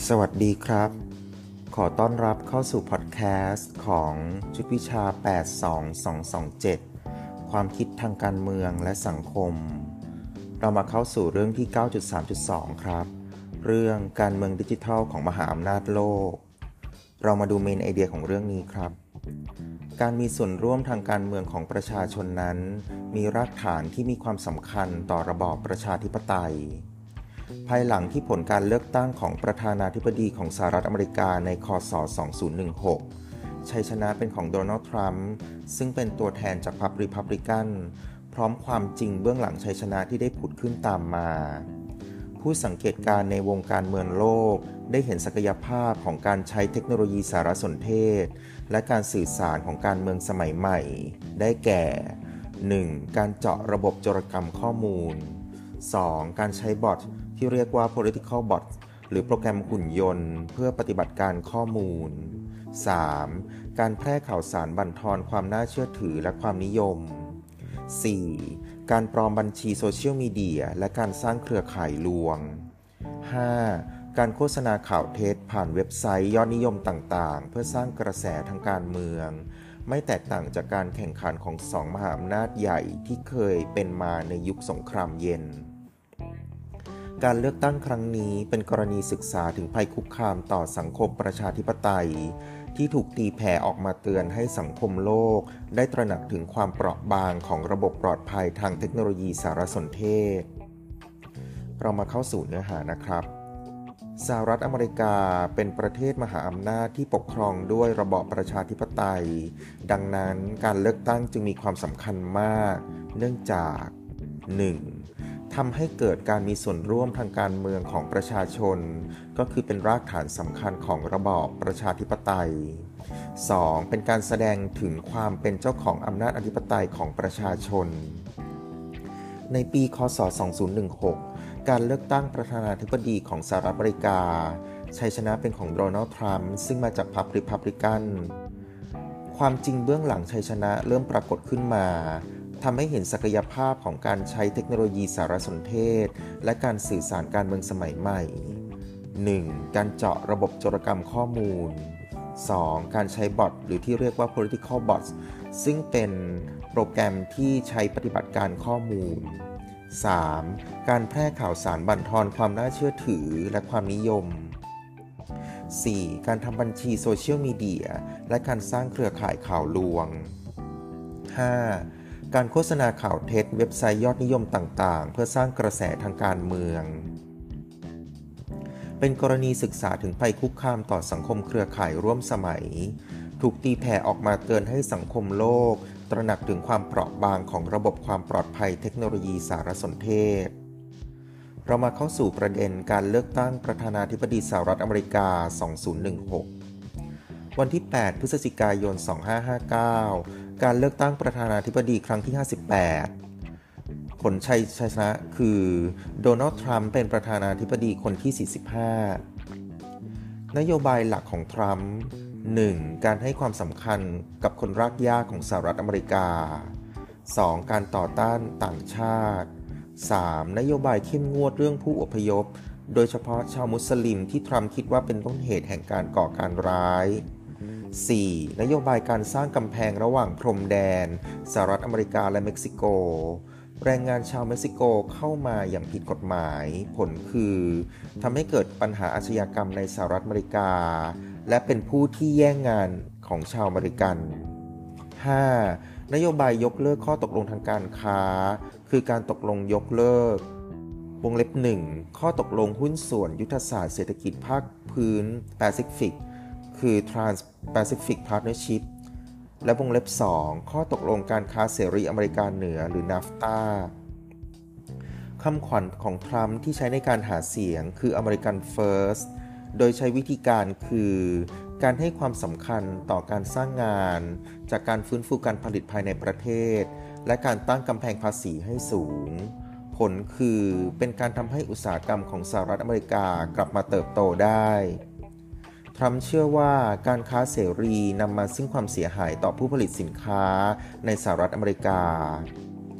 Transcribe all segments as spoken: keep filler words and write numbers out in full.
สวัสดีครับขอต้อนรับเข้าสู่พอดแคสต์ของชุดวิชาแปด สอง สอง สอง เจ็ดความคิดทางการเมืองและสังคมเรามาเข้าสู่เรื่องที่ เก้าจุดสามจุดสอง ครับเรื่องการเมืองดิจิทัลของมหาอำนาจโลกเรามาดูเมนไอเดียของเรื่องนี้ครับการมีส่วนร่วมทางการเมืองของประชาชนนั้นมีรากฐานที่มีความสำคัญต่อระบอบประชาธิปไตยภายหลังที่ผลการเลือกตั้งของประธานาธิบดีของสหรัฐอเมริกาในค.ศ. สองพันสิบหกชัยชนะเป็นของโดนัลด์ทรัมป์ซึ่งเป็นตัวแทนจากพรรครีพับลิกันพร้อมความจริงเบื้องหลังชัยชนะที่ได้ผุดขึ้นตามมาผู้สังเกตการณ์ในวงการเมืองโลกได้เห็นศักยภาพของการใช้เทคโนโลยีสารสนเทศและการสื่อสารของการเมืองสมัยใหม่ได้แก่ หนึ่ง. การเจาะระบบโจรกรรมข้อมูล สอง. การใช้บอทที่เรียกว่า political bot หรือโปรแกรมหุ่นยนต์เพื่อปฏิบัติการข้อมูล สาม. การแพร่ข่าวสารบั่นทอนความน่าเชื่อถือและความนิยม สี่. การปลอมบัญชีโซเชียลมีเดียและการสร้างเครือข่ายลวง ห้า. การโฆษณาข่าวเท็จผ่านเว็บไซต์ยอดนิยมต่างๆเพื่อสร้างกระแสทางการเมืองไม่แตกต่างจากการแข่งขันของสองมหาอำนาจใหญ่ที่เคยเป็นมาในยุคสงครามเย็นการเลือกตั้งครั้งนี้เป็นกรณีศึกษาถึงภัยคุกคามต่อสังคมประชาธิปไตยที่ถูกตีแผ่ออกมาเตือนให้สังคมโลกได้ตระหนักถึงความเปราะบางของระบบปลอดภัยทางเทคโนโลยีสารสนเทศเรามาเข้าสู่เนื้อหานะครับสหรัฐอเมริกาเป็นประเทศมหาอำนาจที่ปกครองด้วยระบอบประชาธิปไตยดังนั้นการเลือกตั้งจึงมีความสำคัญมากเนื่องจาก หนึ่งทำให้เกิดการมีส่วนร่วมทางการเมืองของประชาชนก็คือเป็นรากฐานสำคัญของระบอบประชาธิปไตย สอง. เป็นการแสดงถึงความเป็นเจ้าของอำนาจอธิปไตยของประชาชนในปีค.ศ. สองพันสิบหกการเลือกตั้งประธานาธิบดีของสหรัฐอเมริกาชัยชนะเป็นของโดนัลด์ทรัมป์ซึ่งมาจากพรรครีพับลิกันความจริงเบื้องหลังชัยชนะเริ่มปรากฏขึ้นมาทำให้เห็นศักยภาพของการใช้เทคโนโลยีสารสนเทศและการสื่อสารการเมืองสมัยใหม่ หนึ่ง. การเจาะระบบโจรกรรมข้อมูล สอง. การใช้บอทหรือที่เรียกว่า political bots ซึ่งเป็นโปรแกรมที่ใช้ปฏิบัติการข้อมูล สาม. การแพร่ข่าวสารบั่นทอนความน่าเชื่อถือและความนิยม สี่. การทำบัญชีโซเชียลมีเดียและการสร้างเครือข่ายข่าวลวง ห้า. การโฆษณาข่าวเท็จเว็บไซต์ยอดนิยมต่างๆเพื่อสร้างกระแสทางการเมืองเป็นกรณีศึกษาถึงภัยคุกคามต่อสังคมเครือข่ายร่วมสมัยถูกตีแผ่ออกมาเตือนให้สังคมโลกตระหนักถึงความเปราะบางของระบบความปลอดภัยเทคโนโลยีสารสนเทศเรามาเข้าสู่ประเด็นการเลือกตั้งประธานาธิบดีสหรัฐอเมริกาสองพันสิบหกวันที่แปดพฤศจิกายนสองพันห้าร้อยห้าสิบเก้าการเลือกตั้งประธานาธิบดีครั้งที่ห้าสิบแปดผลชัยชนะคือโดนัลด์ทรัมป์เป็นประธานาธิบดีคนที่สี่สิบห้านโยบายหลักของทรัมป์ หนึ่ง. การให้ความสำคัญกับคนรากหญ้าของสหรัฐอเมริกา สอง. การต่อต้านต่างชาติ สาม. นโยบายเข้มงวดเรื่องผู้อพยพโดยเฉพาะชาวมุสลิมที่ทรัมป์คิดว่าเป็นต้นเหตุแห่งการก่อการร้ายสี่. นโยบายการสร้างกำแพงระหว่างพรมแดนสหรัฐอเมริกาและเม็กซิโกแรงงานชาวเม็กซิโกเข้ามาอย่างผิดกฎหมายผลคือทำให้เกิดปัญหาอาชญากรรมในสหรัฐอเมริกาและเป็นผู้ที่แย่งงานของชาวอเมริกัน ห้า. นโยบายยกเลิกข้อตกลงทางการค้าคือการตกลงยกเลิกวงเล็บหนึ่งข้อตกลงหุ้นส่วนยุทธศาสตร์เศรษฐกิจภาคพื้นแปซิฟิกคือ Trans-Pacific Partnership และวงเล็บสองข้อตกลงการค้าเสรีอเมริกาเหนือหรือ นาฟตา คำขวัญของทรัมป์ที่ใช้ในการหาเสียงคือ American First โดยใช้วิธีการคือการให้ความสำคัญต่อการสร้างงานจากการฟื้นฟูการผลิตภายในประเทศและการตั้งกำแพงภาษีให้สูงผลคือเป็นการทำให้อุตสาหกรรมของสหรัฐอเมริกากลับมาเติบโตได้ทรัมป์เชื่อว่าการค้าเสรีนำมาซึ่งความเสียหายต่อผู้ผลิตสินค้าในสหรัฐอเมริกา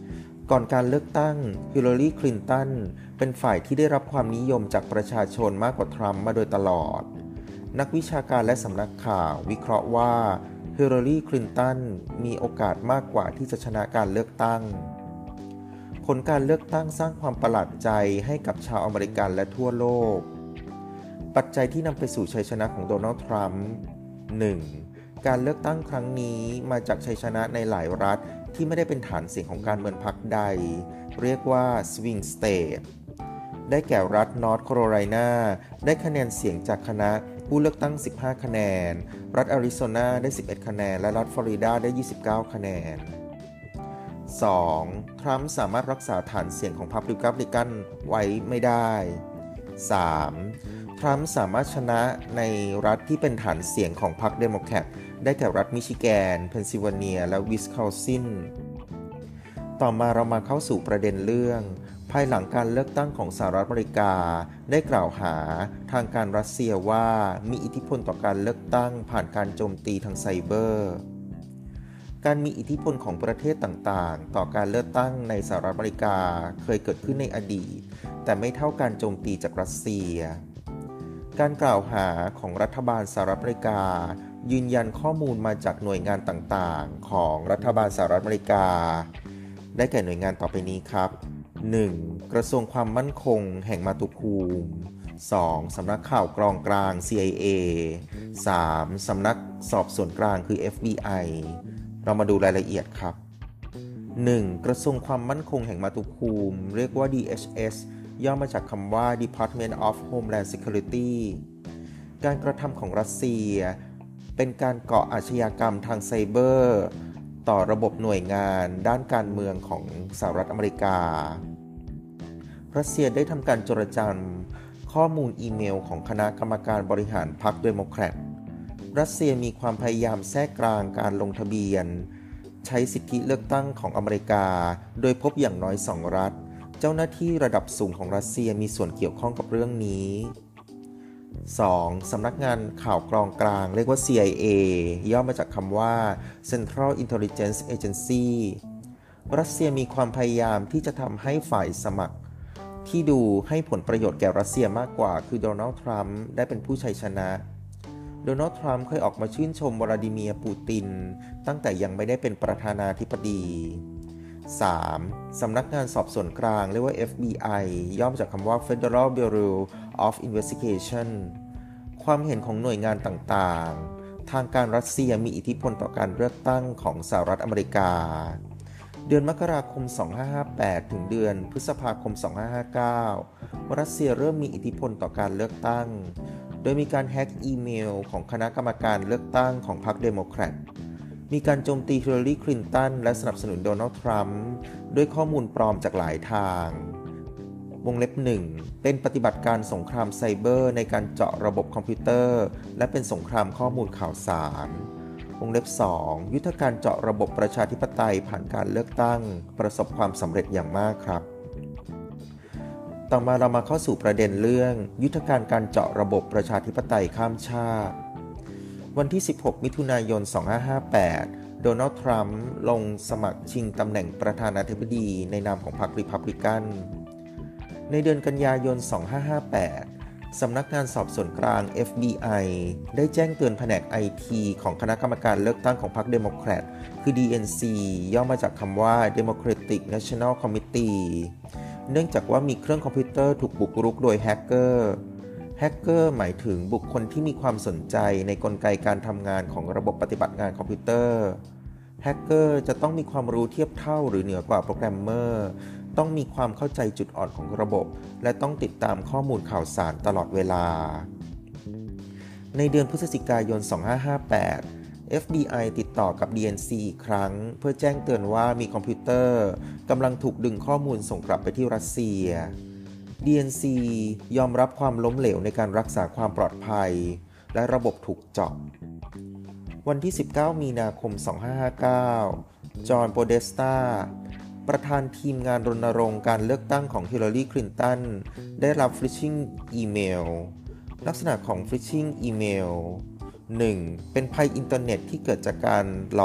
ก่อนการเลือกตั้งฮิลลารีคลินตันเป็นฝ่ายที่ได้รับความนิยมจากประชาชนมากกว่าทรัมป์มาโดยตลอดนักวิชาการและสำนักข่าววิเคราะห์ว่าฮิลลารีคลินตันมีโอกาสมากกว่าที่จะชนะการเลือกตั้งผลการเลือกตั้งสร้างความประหลาดใจให้กับชาวอเมริกันและทั่วโลกปัจจัยที่นำไปสู่ชัยชนะของโดนัลด์ทรัมป์ หนึ่ง. การเลือกตั้งครั้งนี้มาจากชัยชนะในหลายรัฐที่ไม่ได้เป็นฐานเสียงของการเมืองพรรคใดเรียกว่า Swing State ได้แก่รัฐนอร์ทแคโรไลนาได้คะแนนเสียงจากคณะผู้เลือกตั้งสิบห้าคะแนนรัฐแอริโซนาได้สิบเอ็ดคะแนนและรัฐฟลอริดาได้ยี่สิบเก้าคะแนน สอง. ทรัมป์สามารถรักษาฐานเสียงของพรรครีพับลิกันไว้ไม่ได้ สาม. ทรัมป์สามารถชนะในรัฐที่เป็นฐานเสียงของพรรคเดโมแครตได้แก่รัฐมิชิแกนเพนซิลเวเนียและวิสคอนซินต่อมาเรามาเข้าสู่ประเด็นเรื่องภายหลังการเลือกตั้งของสหรัฐอเมริกาได้กล่าวหาทางการรัสเซียว่ามีอิทธิพลต่อการเลือกตั้งผ่านการโจมตีทางไซเบอร์การมีอิทธิพลของประเทศต่างๆต่อการเลือกตั้งในสหรัฐอเมริกาเคยเกิดขึ้นในอดีตแต่ไม่เท่าการโจมตีจากรัสเซียการกล่าวหาของรัฐบาลสหรัฐอเมริกายืนยันข้อมูลมาจากหน่วยงานต่างๆของรัฐบาลสหรัฐอเมริกาได้แก่หน่วยงานต่อไปนี้ครับ หนึ่ง. กระทรวงความมั่นคงแห่งมาตุภูมิ สอง. สำนักข่าวกรองกลาง ซี ไอ เอ สาม. สำนักสอบสวนกลางคือ เอฟ บี ไอ เรามาดูรายละเอียดครับ หนึ่ง. กระทรวงความมั่นคงแห่งมาตุภูมิเรียกว่า ดี เอช เอส ย่อมาจากคำว่า Department of Homeland Security การกระทำของรัสเซียเป็นการก่ออาชญากรรมทางไซเบอร์ต่อระบบหน่วยงานด้านการเมืองของสหรัฐอเมริการัสเซียได้ทำการโจรจำข้อมูลอีเมลของคณะกรรมการบริหารพรรคเดโมแครตรัสเซียมีความพยายามแทรกกลางการลงทะเบียนใช้สิทธิเลือกตั้งของอเมริกาโดยพบอย่างน้อยสองรัฐเจ้าหน้าที่ระดับสูงของรัสเซียมีส่วนเกี่ยวข้องกับเรื่องนี้ สอง. สำนักงานข่าวกรองกลางเรียกว่า ซี ไอ เอ ย่อมาจากคำว่า Central Intelligence Agency รัสเซียมีความพยายามที่จะทำให้ฝ่ายสมัครที่ดูให้ผลประโยชน์แก่รัสเซียมากกว่าคือโดนัลด์ทรัมป์ได้เป็นผู้ชัยชนะโดนัลด์ทรัมป์เคยออกมาชื่นชมวลาดิเมียร์ปูตินตั้งแต่ยังไม่ได้เป็นประธานาธิบดี สาม. สำนักงานสอบสวนกลางเรียกว่า เอฟ บี ไอ ย่อมาจากคำว่า Federal Bureau of Investigation ความเห็นของหน่วยงานต่างๆทางการรัสเซียมีอิทธิพลต่อการเลือกตั้งของสหรัฐอเมริกาเดือนมกราคมสองพันห้าร้อยห้าสิบแปดถึงเดือนพฤษภาคมสองพันห้าร้อยห้าสิบเก้ารัสเซียเริ่มมีอิทธิพลต่อการเลือกตั้งโดยมีการแฮ็กอีเมลของคณะกรรมการเลือกตั้งของพรรคเดโมแครตมีการโจมตีฮิลลารีคลินตันและสนับสนุนโดนัลด์ทรัมป์ด้วยข้อมูลปลอมจากหลายทางวงเล็บหนึ่งเป็นปฏิบัติการสงครามไซเบอร์ในการเจาะระบบคอมพิวเตอร์และเป็นสงครามข้อมูลข่าวสารวงเล็บสองยุทธการเจาะระบบประชาธิปไตยผ่านการเลือกตั้งประสบความสำเร็จอย่างมากครับต่อมาเรามาเข้าสู่ประเด็นเรื่องยุทธการการเจาะระบบประชาธิปไตยข้ามชาติวันที่สิบหกมิถุนายนสองพันห้าร้อยห้าสิบแปดโดนัลด์ทรัมป์ลงสมัครชิงตำแหน่งประธานาธิบดีในนามของพรรครีพับลิกันในเดือนกันยายนสองพันห้าร้อยห้าสิบแปดสำนักงานสอบสวนกลาง เอฟ บี ไอ ได้แจ้งเตือนแผนก ไอ ที ของคณะกรรมการเลือกตั้งของพรรคเดโมแครตคือ ดี เอ็น ซี ย่อมาจากคำว่า Democratic National Committee เนื่องจากว่ามีเครื่องคอมพิวเตอร์ถูกบุกรุกโดยแฮกเกอร์แฮกเกอร์หมายถึงบุคคลที่มีความสนใจในกลไกการทำงานของระบบปฏิบัติงานคอมพิวเตอร์แฮกเกอร์จะต้องมีความรู้เทียบเท่าหรือเหนือกว่าโปรแกรมเมอร์ต้องมีความเข้าใจจุดอ่อนของระบบและต้องติดตามข้อมูลข่าวสารตลอดเวลาในเดือนพฤศจิกายนสองพันห้าร้อยห้าสิบแปด เอฟ บี ไอ ติดต่อกับ ดี เอ็น ซี อีกครั้งเพื่อแจ้งเตือนว่ามีคอมพิวเตอร์กำลังถูกดึงข้อมูลส่งกลับไปที่รัสเซีย ดี เอ็น ซี ยอมรับความล้มเหลวในการรักษาความปลอดภัยและระบบถูกเจาะวันที่สิบเก้ามีนาคมสองพันห้าร้อยห้าสิบเก้าจอห์น โปเดสตาประธานทีมงานรณรงค์การเลือกตั้งของฮิลลารีคลินตันได้รับฟิชชิงอีเมลลักษณะของฟิชชิงอีเมล หนึ่ง. เป็นภัยอินเทอร์เน็ตที่เกิดจากการหลอก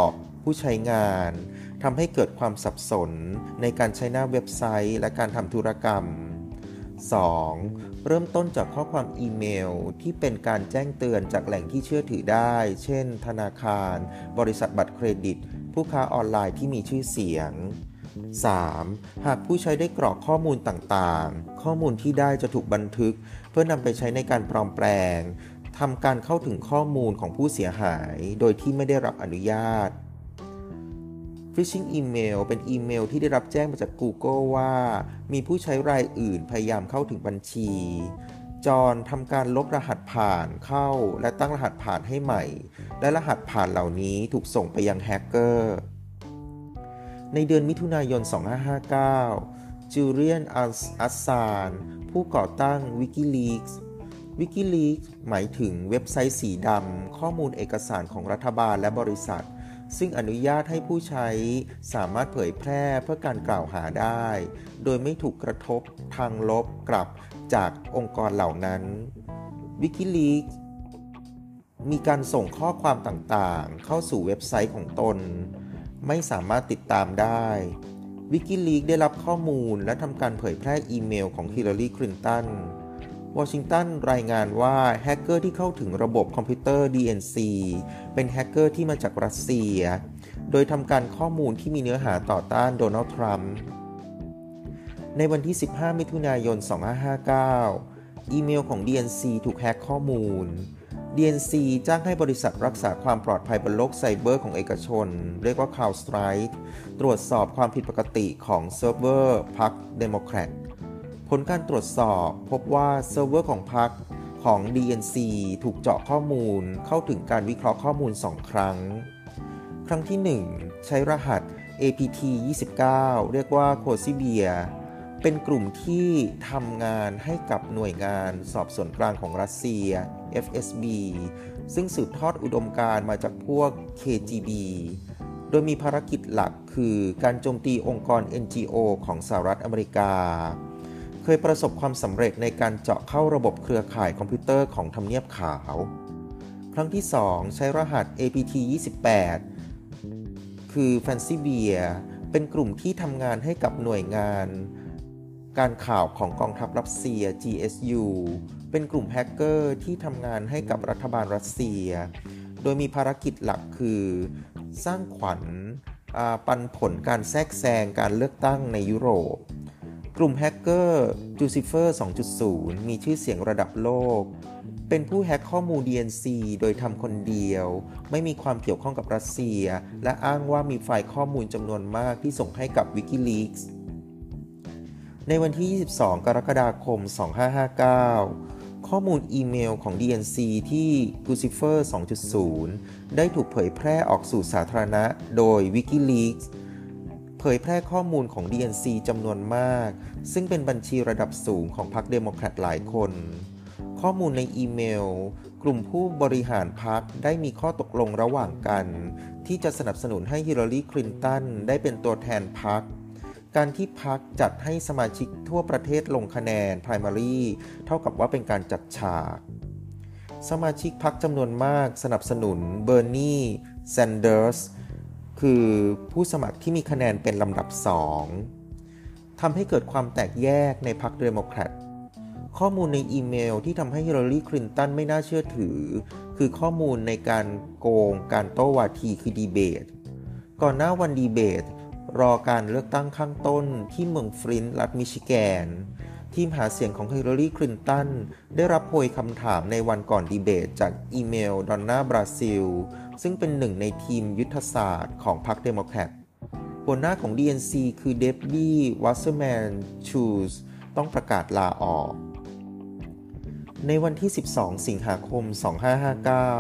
ผู้ใช้งานทำให้เกิดความสับสนในการใช้หน้าเว็บไซต์และการทำธุรกรรม สอง. เริ่มต้นจากข้อความอีเมลที่เป็นการแจ้งเตือนจากแหล่งที่เชื่อถือได้เช่นธนาคารบริษัทบัตรเครดิตผู้ค้าออนไลน์ที่มีชื่อเสียง สาม. หากผู้ใช้ได้กรอกข้อมูลต่างๆข้อมูลที่ได้จะถูกบันทึกเพื่อนำไปใช้ในการปลอมแปลงทำการเข้าถึงข้อมูลของผู้เสียหายโดยที่ไม่ได้รับอนุญาต Phishing Email เป็นอีเมลที่ได้รับแจ้งมาจาก Google ว่ามีผู้ใช้รายอื่นพยายามเข้าถึงบัญชีจอห์นทำการลบรหัสผ่านเข้าและตั้งรหัสผ่านให้ใหม่และรหัสผ่านเหล่านี้ถูกส่งไปยังแฮกเกอร์ในเดือนมิถุนายน สองพันห้าร้อยห้าสิบเก้า จูเลียน อัสซานผู้ก่อตั้ง WikiLeaks WikiLeaks หมายถึงเว็บไซต์สีดำข้อมูลเอกสารของรัฐบาลและบริษัทซึ่งอนุญาตให้ผู้ใช้สามารถเผยแพร่เพื่อการกล่าวหาได้โดยไม่ถูกกระทบทางลบกลับจากองค์กรเหล่านั้น WikiLeaks มีการส่งข้อความต่างๆเข้าสู่เว็บไซต์ของตนไม่สามารถติดตามได้ WikiLeaks ได้รับข้อมูลและทำการเผยแพร่อีเมลของฮิลลารี คลินตันวอชิงตันรายงานว่าแฮกเกอร์ที่เข้าถึงระบบคอมพิวเตอร์ ดี เอ็น ซี เป็นแฮกเกอร์ที่มาจากรัสเซียโดยทำการข้อมูลที่มีเนื้อหาต่อต้านโดนัลด์ทรัมป์ในวันที่สิบห้ามิถุนายน สองพันห้าร้อยห้าสิบเก้า อีเมลของ ดี เอ็น ซี ถูกแฮกข้อมูล ดี เอ็น ซี จ้างให้บริษัทรักษาความปลอดภัยบนโลกไซเบอร์ของเอกชนเรียกว่า CrowdStrike ตรวจสอบความผิดปกติของเซิร์ฟเวอร์พรรคเดโมแครตผลการตรวจสอบพบว่าเซิร์ฟเวอร์ของพรรคของ ดี เอ็น ซี ถูกเจาะข้อมูลเข้าถึงการวิเคราะห์ข้อมูลสองครั้งครั้งที่หนึ่งใช้รหัส เอ พี ที ยี่สิบเก้า เรียกว่า Cosibia เป็นกลุ่มที่ทำงานให้กับหน่วยงานสอบสวนกลางของรัสเซีย เอฟ เอส บี ซึ่งสืบทอดอุดมการณ์มาจากพวก เค จี บี โดยมีภารกิจหลักคือการโจมตีองค์กร เอ็น จี โอ ของสหรัฐอเมริกาเคยประสบความสำเร็จในการเจาะเข้าระบบเครือข่ายคอมพิวเตอร์ของทำเนียบขาวครั้งที่สองใช้รหัส เอ พี ที ยี่สิบแปด คือ Fancy Bear เป็นกลุ่มที่ทำงานให้กับหน่วยงานการข่าวของกองทัพรัสเซีย จี เอส ยู เป็นกลุ่มแฮกเกอร์ที่ทำงานให้กับรัฐบาลรัสเซียโดยมีภารกิจหลักคือสร้างขวัญปันผลการแทรกแซงการเลือกตั้งในยุโรปกลุ่มแฮกเกอร์ Jucifer สองจุดศูนย์ มีชื่อเสียงระดับโลกเป็นผู้แฮกข้อมูล ดี เอ็น ซี โดยทำคนเดียวไม่มีความเกี่ยวข้องกับรัสเซียและอ้างว่ามีไฟล์ข้อมูลจำนวนมากที่ส่งให้กับ WikiLeaks ในวันที่ยี่สิบสองกรกฎาคมสองพันห้าร้อยห้าสิบเก้าข้อมูลอีเมลของ ดี เอ็น ซี ที่ Jucifer สองจุดศูนย์ ได้ถูกเผยแพร่ออกสู่สาธารณะโดย WikiLeaksเผยแพร่ข้อมูลของ ดี เอ็น ซี จำนวนมากซึ่งเป็นบัญชีระดับสูงของพรรคเดโมแครตหลายคนข้อมูลในอีเมลกลุ่มผู้บริหารพรรคได้มีข้อตกลงระหว่างกันที่จะสนับสนุนให้ฮิลลารี คลินตันได้เป็นตัวแทนพรรคการที่พรรคจัดให้สมาชิกทั่วประเทศลงคะแนน primary เท่ากับว่าเป็นการจัดฉากสมาชิกพรรคจำนวนมากสนับสนุนเบอร์นีแซนเดอร์สคือผู้สมัครที่มีคะแนนเป็นลำดับสองทำให้เกิดความแตกแยกในพรรคเดโมแครตข้อมูลในอีเมลที่ทำให้ฮิลลารี คลินตันไม่น่าเชื่อถือคือข้อมูลในการโกงการโต้วาทีคือดีเบตก่อนหน้าวันดีเบตรอการเลือกตั้งข้างต้นที่เมืองฟลินต์รัฐมิชิแกนทีมหาเสียงของฮิลลารี คลินตันได้รับโพยคำถามในวันก่อนดีเบตจากอีเมลดอนน่า บราซิลซึ่งเป็นหนึ่งในทีมยุทธศาสตร์ของพรรคเดโมแครตหัวหน้าของ ดี เอ็น ซี คือเดบบี้ วัสเซอร์แมน ชูสต้องประกาศลาออกในวันที่สิบสองสิงหาคมสองพันห้าร้อยห้าสิบเก้า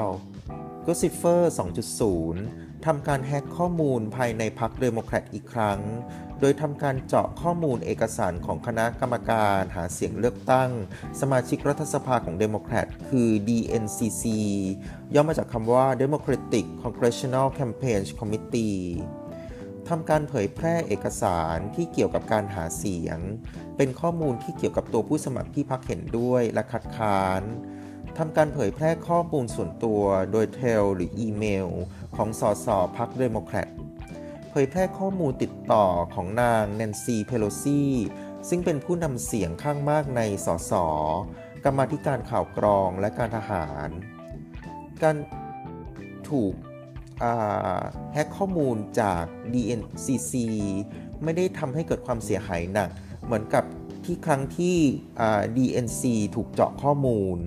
Jucifer สองจุดศูนย์ ทำการแฮกข้อมูลภายในพรรคเดโมแครตอีกครั้งโดยทำการเจาะข้อมูลเอกสารของคณะกรรมการหาเสียงเลือกตั้งสมาชิกรัฐสภาของเดโมแครตคือ ดี เอ็น ซี ซี ย่อมาจากคำว่า Democratic Congressional Campaign Committee ทำการเผยแพร่เอกสารที่เกี่ยวกับการหาเสียงเป็นข้อมูลที่เกี่ยวกับตัวผู้สมัครที่พรรคเห็นด้วยและคัดค้านทำการเผยแพร่ข้อมูลส่วนตัวโดยเทลหรืออีเมลของสสพรรคเดโมแครตเผยแพร่ข้อมูลติดต่อของนางแนนซีเพโลซีซึ่งเป็นผู้นำเสียงข้างมากในสสกรรมาธิการข่าวกรองและการทหารการถูกแฮ็กข้อมูลจาก ดี เอ็น ซี ซี ไม่ได้ทำให้เกิดความเสียหายหนักเหมือนกับที่ครั้งที่ ดี เอ็น ซี ถูกเจาะข้อมูล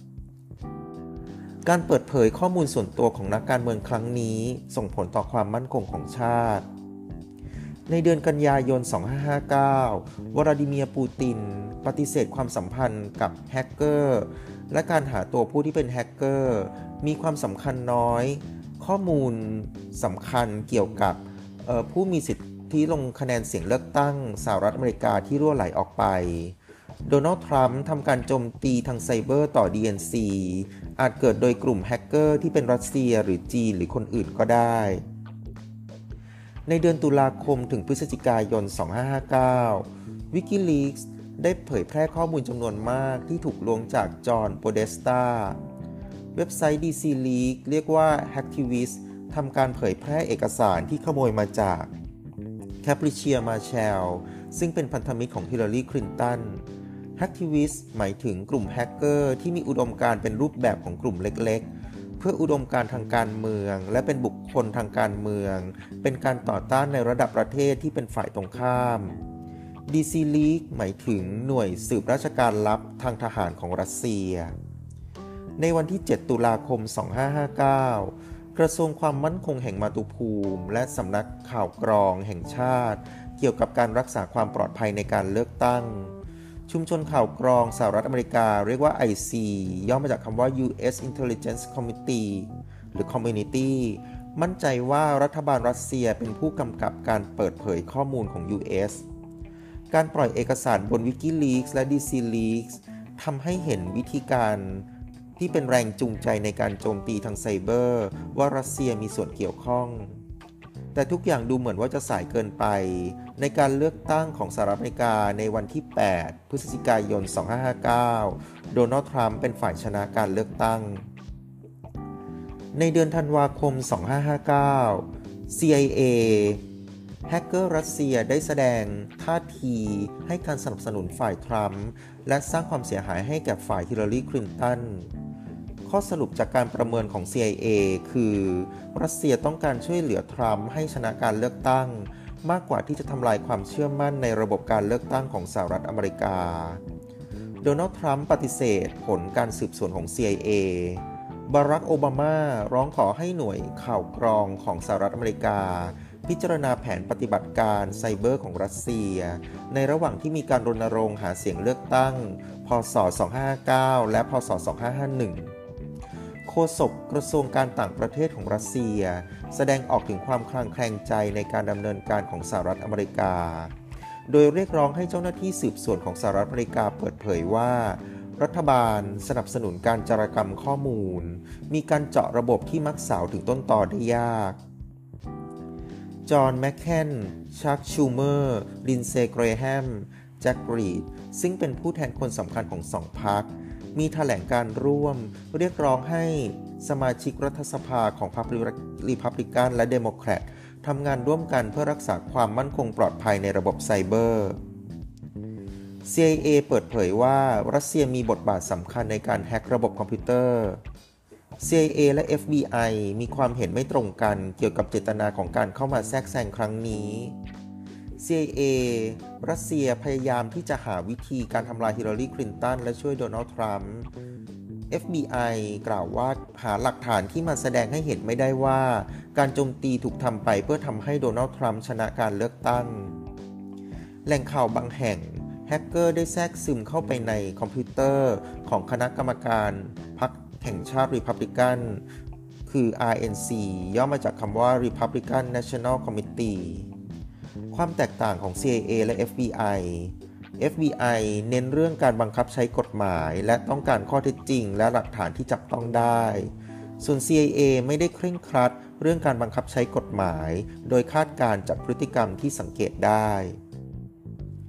การเปิดเผยข้อมูลส่วนตัวของนักการเมืองครั้งนี้ส่งผลต่อความมั่นคงของชาติในเดือนกันยายน สองพันห้าร้อยห้าสิบเก้า วลาดิเมียร์ ปูตินปฏิเสธความสัมพันธ์กับแฮกเกอร์และการหาตัวผู้ที่เป็นแฮกเกอร์มีความสำคัญน้อยข้อมูลสำคัญเกี่ยวกับผู้มีสิทธิลงคะแนนเสียงเลือกตั้งสหรัฐอเมริกาที่รั่วไหลออกไปโดนัลด์ทรัมป์ทำการโจมตีทางไซเบอร์ต่อ ดี เอ็น ซี อาจเกิดโดยกลุ่มแฮกเกอร์ที่เป็นรัสเซียหรือจีนหรือคนอื่นก็ได้ในเดือนตุลาคมถึงพฤศจิกายน สองพันห้าร้อยห้าสิบเก้า WikiLeaks ได้เผยแพร่ข้อมูลจำนวนมากที่ถูกลวงจากจอห์น โปเดสตาเว็บไซต์ ดี ซี Leaks เรียกว่า Hacktivist ทำการเผยแพร่เอกสารที่ขโมยมาจากแคปริเชีย มาแชลซึ่งเป็นพันธมิตรของฮิลลารี คลินตัน Hacktivist หมายถึงกลุ่มแฮกเกอร์ที่มีอุดมการณ์เป็นรูปแบบของกลุ่มเล็กๆเพื่ออุดมการณ์ทางการเมืองและเป็นบุคคลทางการเมืองเป็นการต่อต้านในระดับประเทศที่เป็นฝ่ายตรงข้าม ดี ซี Leaks หมายถึงหน่วยสืบราชการลับทางทหารของรัสเซียในวันที่ เจ็ด ตุลาคม สองพันห้าร้อยห้าสิบเก้า กระทรวงความมั่นคงแห่งมาตุภูมิและสำนักข่าวกรองแห่งชาติเกี่ยวกับการรักษาความปลอดภัยในการเลือกตั้งชุมชนข่าวกรองสหรัฐอเมริกาเรียกว่า ไอ ซี ย่อมาจากคำว่า ยู เอส Intelligence Committee หรือ Community มั่นใจว่ารัฐบาลรัสเซียเป็นผู้กำกับการเปิดเผยข้อมูลของ ยู เอส การปล่อยเอกสารบน WikiLeaks และ ดี ซี Leaks ทำให้เห็นวิธีการที่เป็นแรงจูงใจในการโจมตีทางไซเบอร์ว่ารัสเซียมีส่วนเกี่ยวข้องแต่ทุกอย่างดูเหมือนว่าจะสายเกินไปในการเลือกตั้งของสหรัฐอเมริกาในวันที่ แปด พฤศจิกายน สองพันห้าร้อยห้าสิบเก้า โดนัลด์ทรัมป์เป็นฝ่ายชนะการเลือกตั้งในเดือนธันวาคม สองพันห้าร้อยห้าสิบเก้า ซี ไอ เอ แฮกเกอร์รัสเซียได้แสดงท่าทีให้การสนับสนุนฝ่ายทรัมป์และสร้างความเสียหายให้แก่ฝ่ายฮิลลารี คลินตันข้อสรุปจากการประเมินของ ซี ไอ เอ คือรัสเซียต้องการช่วยเหลือทรัมป์ให้ชนะการเลือกตั้งมากกว่าที่จะทำลายความเชื่อมั่นในระบบการเลือกตั้งของสหรัฐอเมริกาโดนัลด์ทรัมป์ปฏิเสธผลการสืบสวนของ ซี ไอ เอ บารัก โอบามาร้องขอให้หน่วยข่าวกรองของสหรัฐอเมริกาพิจารณาแผนปฏิบัติการไซเบอร์ของรัสเซียในระหว่างที่มีการรณรงค์หาเสียงเลือกตั้งพ.ศ. สองพันห้าร้อยห้าสิบเก้าและพ.ศ. สองพันห้าร้อยห้าสิบเอ็ดโฆษกกระทรวงการต่างประเทศของรัสเซียแสดงออกถึงความคลางแคลงใจในการดำเนินการของสหรัฐอเมริกาโดยเรียกร้องให้เจ้าหน้าที่สืบสวนของสหรัฐอเมริกาเปิดเผยว่ารัฐบาลสนับสนุนการจารกรรมข้อมูลมีการเจาะระบบที่มักสาวถึงต้นตอได้ยากจอห์น แมคเคนชัก ชูเมอร์ลินเซย์ เกรแฮมแจ็ค รีดซึ่งเป็นผู้แทนคนสำคัญของสองพรรคมีแถลงการร่วมเรียกร้องให้สมาชิกรัฐสภาของพรรครีพับลิกันและเดโมแครตทำงานร่วมกันเพื่อรักษาความมั่นคงปลอดภัยในระบบไซเบอร์ ซี ไอ เอ เปิดเผยว่ารัสเซียมีบทบาทสำคัญในการแฮ็กระบบคอมพิวเตอร์ ซี ไอ เอ และ เอฟ บี ไอ มีความเห็นไม่ตรงกันเกี่ยวกับเจตนาของการเข้ามาแทรกแซงครั้งนี้ ซี ไอ เอ รัสเซียพยายามที่จะหาวิธีการทำลายฮิลลารี คลินตันและช่วยโดนัลด์ทรัมป์ เอฟ บี ไอ กล่าวว่าหาหลักฐานที่มาแสดงให้เห็นไม่ได้ว่าการโจมตีถูกทำไปเพื่อทำให้โดนัลด์ทรัมป์ชนะการเลือกตั้งแหล่งข่าวบางแห่งแฮกเกอร์ได้แทรกซึมเข้าไปในคอมพิวเตอร์ของคณะกรรมการพรรคแห่งชาติรีพับลิกันคือ อาร์ เอ็น ซี ย่อมาจากคำว่า Republican National Committee ความแตกต่างของ ซี ไอ เอ และ เอฟ บี ไอ เอฟ บี ไอ เน้นเรื่องการบังคับใช้กฎหมายและต้องการข้อเท็จจริงและหลักฐานที่จับต้องได้ส่วน ซี ไอ เอ ไม่ได้เคร่งครัดเรื่องการบังคับใช้กฎหมายโดยคาดการณ์จากพฤติกรรมที่สังเกตได้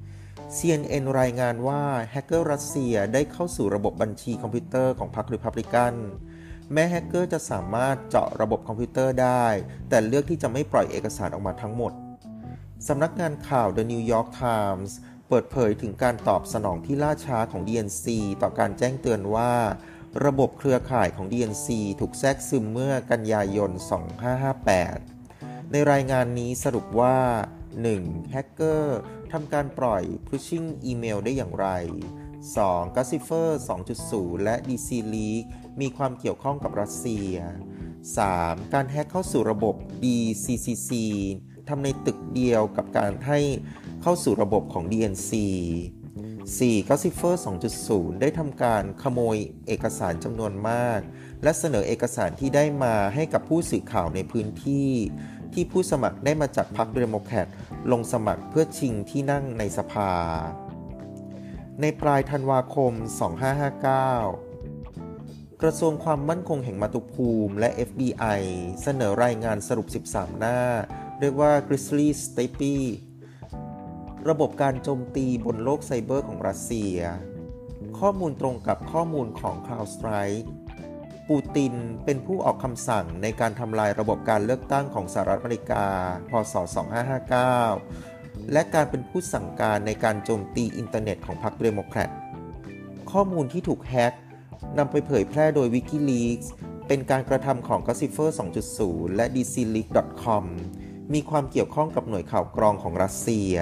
ซี เอ็น เอ็น รายงานว่าแฮกเกอร์รัสเซียได้เข้าสู่ระบบบัญชีคอมพิวเตอร์ของพรรครีพับลิกันแม้แฮกเกอร์จะสามารถเจาะระบบคอมพิวเตอร์ได้แต่เลือกที่จะไม่ปล่อยเอกสารออกมาทั้งหมดสำนักงานข่าว The New York Times เปิดเผยถึงการตอบสนองที่ล่าช้าของ ดี เอ็น ซี ต่อการแจ้งเตือนว่าระบบเครือข่ายของ ดี เอ็น ซี ถูกแทรกซึมเมื่อกันยายน สองพันห้าร้อยห้าสิบแปด ในรายงานนี้สรุปว่า หนึ่ง แฮกเกอร์ทำการปล่อย phishing อีเมลได้อย่างไร สอง Guccifer สองจุดศูนย์ และ ดี ซี Leak มีความเกี่ยวข้องกับรัสเซีย สาม การแฮกเข้าสู่ระบบ ดี ซี ซี ซี ทำในตึกเดียวกับการให้เข้าสู่ระบบของ ดี เอ็น ซี สี่ Guccifer สองจุดศูนย์ ได้ทำการขโมยเอกสารจำนวนมากและเสนอเอกสารที่ได้มาให้กับผู้สื่อข่าวในพื้นที่ที่ผู้สมัครได้มาจากพรรคเดโมแครตลงสมัครเพื่อชิงที่นั่งในสภาในปลายธันวาคม สองพันห้าร้อยห้าสิบเก้ากระทรวงความมั่นคงแห่งมาตุภูมิและ เอฟ บี ไอ เสนอรายงานสรุปสิบสามหน้าเรียกว่า Grizzly Steppe ระบบการโจมตีบนโลกไซเบอร์ของรัสเซียข้อมูลตรงกับข้อมูลของ CrowdStrike ปูตินเป็นผู้ออกคำสั่งในการทำลายระบบการเลือกตั้งของสหรัฐอเมริกาพ.ศ. สองพันห้าร้อยห้าสิบเก้าและการเป็นผู้สั่งการในการโจมตีอินเทอร์เน็ตของพรรคเดโมแครตข้อมูลที่ถูกแฮกนำไปเผยแพร่โดย WikiLeaks เป็นการกระทำของ Guccifer สองจุดศูนย์ และ ดี ซี Leak ดอท คอม มีความเกี่ยวข้องกับหน่วยข่าวกรองของรัสเซีย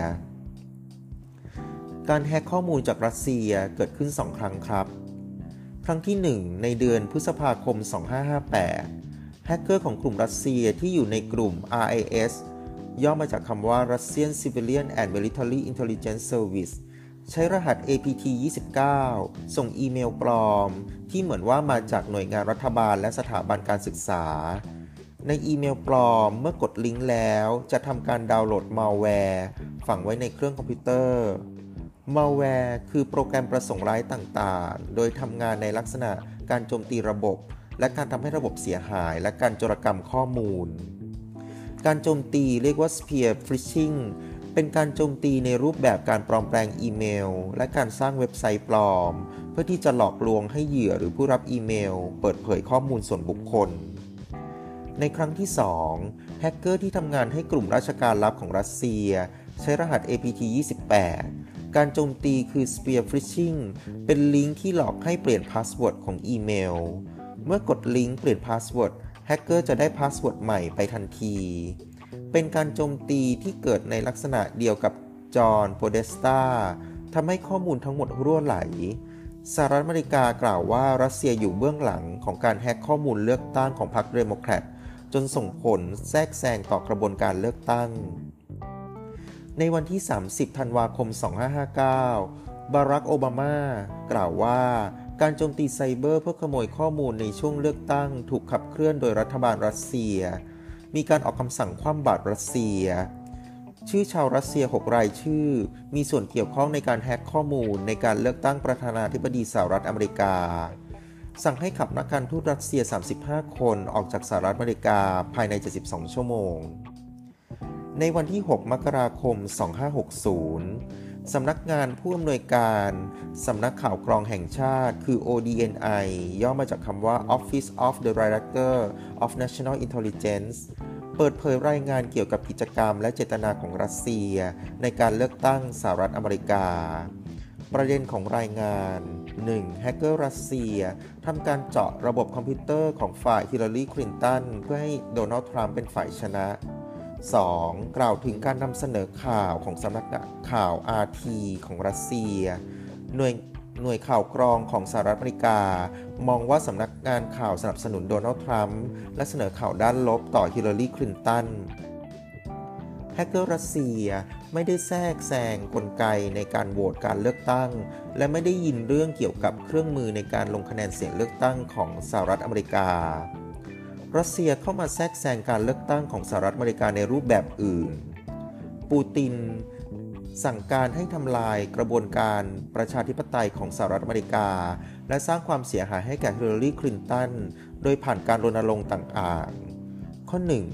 การแฮกข้อมูลจากรัสเซียเกิดขึ้นสองครั้งครับครั้งที่หนึ่งในเดือนพฤษภาคม สองพันห้าร้อยห้าสิบแปดแฮกเกอร์ของกลุ่มรัสเซียที่อยู่ในกลุ่ม อาร์ ไอ เอส ย่อมาจากคำว่า Russian Civilian and Military Intelligence Service ใช้รหัส เอ พี ที ยี่สิบเก้า ส่งอีเมลปลอมที่เหมือนว่ามาจากหน่วยงานรัฐบาลและสถาบันการศึกษาในอีเมลปลอมเมื่อกดลิงก์แล้วจะทำการดาวน์โหลดมัลแวร์ฝังไว้ในเครื่องคอมพิวเตอร์มัลแวร์คือโปรแกรมประสงค์ร้ายต่างๆโดยทำงานในลักษณะการโจมตีระบบและการทำให้ระบบเสียหายและการโจรกรรมข้อมูลการโจมตีเรียกว่า Spear Phishing เป็นการโจมตีในรูปแบบการปลอมแปลงอีเมลและการสร้างเว็บไซต์ปลอมเพื่อที่จะหลอกลวงให้เหยื่อหรือผู้รับอีเมลเปิดเผยข้อมูลส่วนบุคคลในครั้งที่สองแฮกเกอร์ที่ทำงานให้กลุ่มราชการลับของรัสเซียใช้รหัส เอ พี ที ยี่สิบแปดการโจมตีคือ Spear Phishing เป็นลิงก์ที่หลอกให้เปลี่ยนพาสเวิร์ดของอีเมลเมื่อกดลิงก์เปลี่ยนพาสเวิร์ดแฮกเกอร์จะได้พาสเวิร์ดใหม่ไปทันทีเป็นการโจมตีที่เกิดในลักษณะเดียวกับจอห์น โพเดสตาทำให้ข้อมูลทั้งหมดรั่วไหลสหรัฐอเมริกากล่าวว่ารัสเซียอยู่เบื้องหลังของการแฮกข้อมูลเลือกตั้งของพรรคเดโมแครตจนส่งผลแทรกแซงต่อกระบวนการเลือกตั้งในวันที่สามสิบธันวาคม สองพันห้าร้อยห้าสิบเก้าบารักโอบามากล่าวว่าการโจมตีไซเบอร์เพื่อขโมยข้อมูลในช่วงเลือกตั้งถูกขับเคลื่อนโดยรัฐบาลรัสเซียมีการออกคำสั่งคว่ำบาตรรัสเซียชื่อชาวรัสเซียหกรายชื่อมีส่วนเกี่ยวข้องในการแฮกข้อมูลในการเลือกตั้งประธานาธิบดีสหรัฐอเมริกาสั่งให้ขับนักการทูตรัสเซียสามสิบห้าคนออกจากสหรัฐอเมริกาภายในเจ็ดสิบสองชั่วโมงในวันที่หกมกราคมสองพันห้าร้อยหกสิบสำนักงานผู้อำนวยการสำนักข่าวกรองแห่งชาติคือ โอ ดี เอ็น ไอ ย่อมาจากคำว่า Office of the Director of National Intelligence เปิดเผยรายงานเกี่ยวกับกิจกรรมและเจตนาของรัสเซียในการเลือกตั้งสหรัฐอเมริกาประเด็นของรายงาน หนึ่ง แฮกเกอร์รัสเซียทำการเจาะระบบคอมพิวเตอร์ของฝ่ายฮิลลารีคลินตันเพื่อให้โดนัลด์ทรัมป์เป็นฝ่ายชนะสอง กล่าวถึงการนำเสนอข่าวของสำนักข่าว อาร์ ที ของรัสเซียหน่วยหน่วยข่าวกรองของสหรัฐอเมริกามองว่าสำนักงานข่าวสนับสนุนโดนัลด์ทรัมป์และเสนอข่าวด้านลบต่อฮิลลารีคลินตันแฮกเกอร์รัสเซียไม่ได้แทรกแซงกลไกในการโหวตการเลือกตั้งและไม่ได้ยินเรื่องเกี่ยวกับเครื่องมือในการลงคะแนนเสียงเลือกตั้งของสหรัฐอเมริการัสเซียเข้ามาแทรกแซงการเลือกตั้งของสหรัฐอเมริกาในรูปแบบอื่นปูตินสั่งการให้ทำลายกระบวนการประชาธิปไตยของสหรัฐอเมริกาและสร้างความเสียหายให้แก่ฮิลลารีคลินตันโดยผ่านการรณรงค์ต่างๆข้อหนึ่ง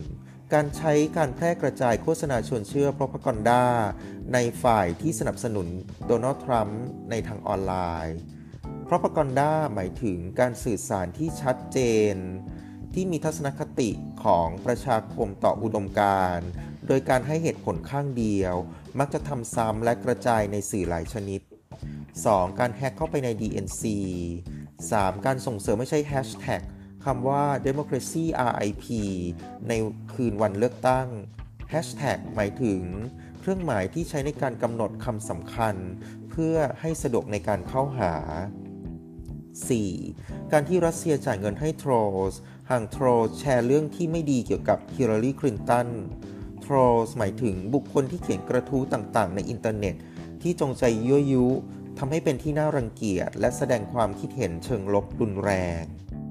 การใช้การแพร่กระจายโฆษณาชวนเชื่อ propaganda ในฝ่ายที่สนับสนุนโดนัลด์ทรัมป์ในทางออนไลน์ propaganda หมายถึงการสื่อสารที่ชัดเจนที่มีทัศนคติของประชาคมต่ออุดมการณ์โดยการให้เหตุผลข้างเดียวมักจะทำซ้ำและกระจายในสื่อหลายชนิด สอง. การแฮ็กเข้าไปใน ดี เอ็น ซี สาม. การส่งเสริมไม่ใช่แฮชแท็กคำว่า democracy อาร์ ไอ พี ในคืนวันเลือกตั้งแฮชแท็กหมายถึงเครื่องหมายที่ใช้ในการกำหนดคำสำคัญเพื่อให้สะดวกในการเข้าหา สี่. การที่รัสเซียจ่ายเงินให้โทรลส์หากโทรลส์แชร์เรื่องที่ไม่ดีเกี่ยวกับฮิลลารีคลินตันโทรลส์หมายถึงบุคคลที่เขียนกระทู้ต่างๆในอินเทอร์เน็ตที่จงใจยั่วยุทำให้เป็นที่น่ารังเกียจและแสดงความคิดเห็นเชิงลบรุนแรง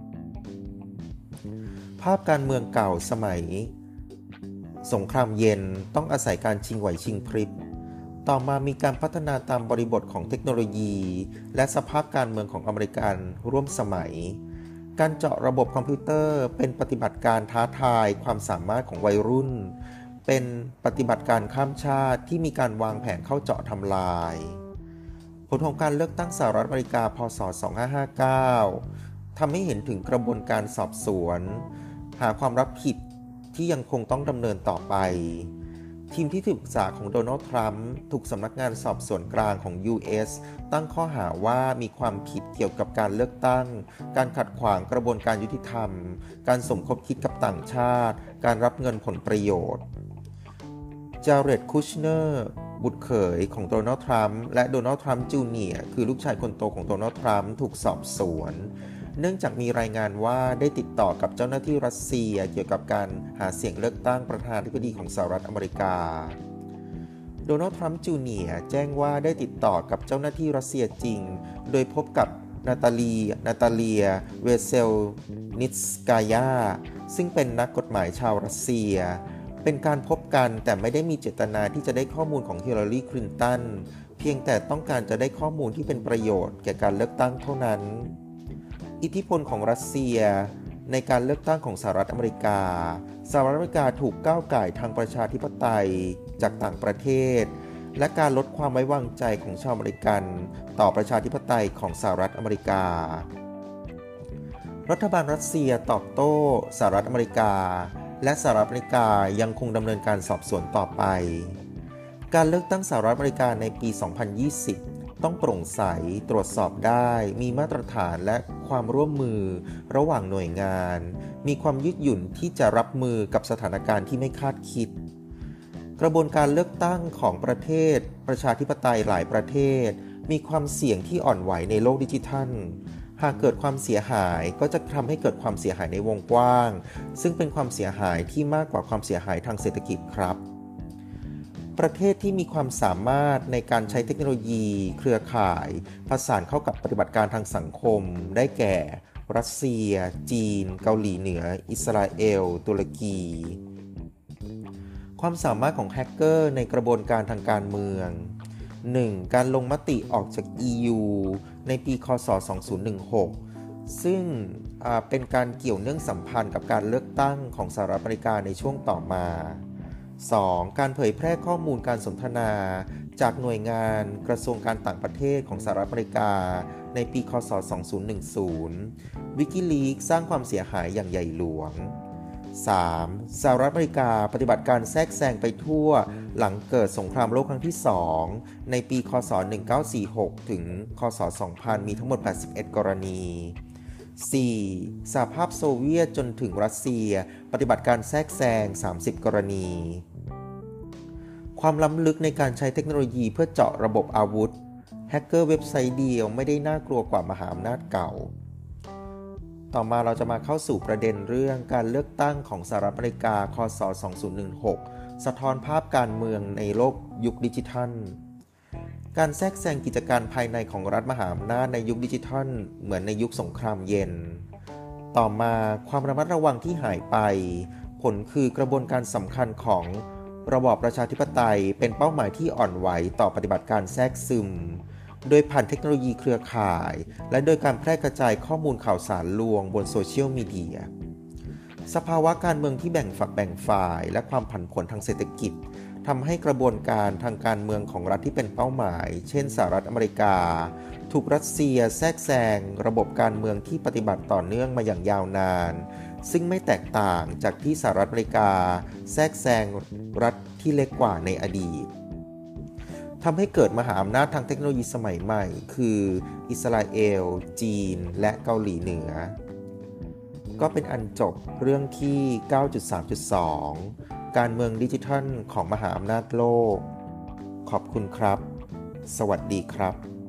ภาพการเมืองเก่าสมัยสงครามเย็นต้องอาศัยการชิงไหวชิงพริบต่อมามีการพัฒนาตามบริบทของเทคโนโลยีและสภาพการเมืองของอเมริกันร่วมสมัยการเจาะระบบคอมพิวเตอร์เป็นปฏิบัติการท้าทายความสามารถของวัยรุ่นเป็นปฏิบัติการข้ามชาติที่มีการวางแผนเข้าเจาะทำลายผลของการเลือกตั้งสหรัฐอเมริกาพ.ศ. สองพันห้าร้อยห้าสิบเก้าทำให้เห็นถึงกระบวนการสอบสวนหาความรับผิดที่ยังคงต้องดำเนินต่อไปทีมที่ปรึกษาของโดนัลด์ทรัมป์ถูกสำนักงานสอบสวนกลางของ ยู เอส ตั้งข้อหาว่ามีความผิดเกี่ยวกับการเลือกตั้งการขัดขวางกระบวนการยุติธรรมการสมคบคิดกับต่างชาติการรับเงินผลประโยชน์จาเร็ด คุชเนอร์บุตรเขยของโดนัลด์ทรัมป์และโดนัลด์ทรัมป์จูเนียร์คือลูกชายคนโตของโดนัลด์ทรัมป์ถูกสอบสวนเนื่องจากมีรายงานว่าได้ติดต่อกับเจ้าหน้าที่รัสเซียเกี่ยวกับการหาเสียงเลือกตั้งประธานาธิบดีของสหรัฐอเมริกาโดนัลด์ทรัมป์จูเนียร์แจ้งว่าได้ติดต่อกับเจ้าหน้าที่รัสเซียจริงโดยพบกับนาตาลีนาตาเลียเวเซลนิสกายาซึ่งเป็นนักกฎหมายชาวรัสเซียเป็นการพบกันแต่ไม่ได้มีเจตนาที่จะได้ข้อมูลของฮิลลารีคลินตันเพียงแต่ต้องการจะได้ข้อมูลที่เป็นประโยชน์แก่การเลือกตั้งเท่านั้นอิทธิพลของรัสเซียในการเลือกตั้งของสหรัฐอเมริกาสหรัฐอเมริกาถูกก้าวก่ายทางประชาธิปไตยจากต่างประเทศและการลดความไว้วางใจของชาวอเมริกันต่อประชาธิปไตยของสหรัฐอเมริการัฐบาลรัสเซียตอบโต้สหรัฐอเมริกาและสหรัฐอเมริกายังคงดำเนินการสอบสวนต่อไปการเลือกตั้งสหรัฐอเมริกาในปี สองพันยี่สิบ ต้องโปร่งใสตรวจสอบได้มีมาตรฐานและความร่วมมือระหว่างหน่วยงานมีความยืดหยุ่นที่จะรับมือกับสถานการณ์ที่ไม่คาดคิดกระบวนการเลือกตั้งของประเทศประชาธิปไตยหลายประเทศมีความเสี่ยงที่อ่อนไหวในโลกดิจิทัลหากเกิดความเสียหายก็จะทำให้เกิดความเสียหายในวงกว้างซึ่งเป็นความเสียหายที่มากกว่าความเสียหายทางเศรษฐกิจครับประเทศที่มีความสามารถในการใช้เทคโนโลยีเครือข่ายผสานเข้ากับปฏิบัติการทางสังคมได้แก่รัสเซียจีนเกาหลีเหนืออิสราเอลตุรกีความสามารถของแฮกเกอร์ในกระบวนการทางการเมือง หนึ่ง. การลงมติออกจาก อี ยู ในปีค.ศ. สองพันสิบหกซึ่งเป็นการเกี่ยวเนื่องสัมพันธ์กับการเลือกตั้งของสหรัฐอเมริกาในช่วงต่อมา สอง. การเผยแพร่ข้อมูลการสนทนาจากหน่วยงานกระทรวงการต่างประเทศของสหรัฐอเมริกาในปีค.ศ. สองพันสิบ WikiLeaks สร้างความเสียหายอย่างใหญ่หลวง สาม. สหรัฐอเมริกาปฏิบัติการแทรกแซงไปทั่วหลังเกิดสงครามโลกครั้งที่สองในปีค.ศ. หนึ่งพันเก้าร้อยสี่สิบหกถึงค.ศ. สองพันมีทั้งหมดแปดสิบเอ็ดกรณี สี่. สหภาพโซเวียตจนถึงรัสเซียปฏิบัติการแทรกแซงสามสิบกรณีความล้ำลึกในการใช้เทคโนโลยีเพื่อเจาะระบบอาวุธแฮกเกอร์เว็บไซต์เดียวไม่ได้น่ากลัวกว่ามหาอำนาจเก่าต่อมาเราจะมาเข้าสู่ประเด็นเรื่องการเลือกตั้งของสหรัฐอเมริกาค.ศ. สองพันสิบหกสะท้อนภาพการเมืองในโลกยุคดิจิทัลการแทรกแซงกิจการภายในของรัฐมหาอำนาจในยุคดิจิทัลเหมือนในยุคสงครามเย็นต่อมาความระมัดระวังที่หายไปผลคือกระบวนการสำคัญของระบอบประชาธิปไตยเป็นเป้าหมายที่อ่อนไหวต่อปฏิบัติการแทรกซึมโดยผ่านเทคโนโลยีเครือข่ายและโดยการแพร่กระจายข้อมูลข่าวสารลวงบนโซเชียลมีเดียสภาวะการเมืองที่แบ่งฝักแบ่งฝ่ายและความผันผวนทางเศรษฐกิจทำให้กระบวนการทางการเมืองของรัฐที่เป็นเป้าหมายเช่นสหรัฐอเมริกาถูกรัสเซียแทรกแซงระบบการเมืองที่ปฏิบัติต่อเนื่องมาอย่างยาวนานซึ่งไม่แตกต่างจากที่สหรัฐอเมริกาแทรกแซงรัฐที่เล็กกว่าในอดีตทำให้เกิดมหาอำนาจทางเทคโนโลยีสมัยใหม่คืออิสราเอลจีนและเกาหลีเหนือก็เป็นอันจบเรื่องที่ เก้าจุดสามจุดสอง การเมืองดิจิทัลของมหาอำนาจโลกขอบคุณครับสวัสดีครับ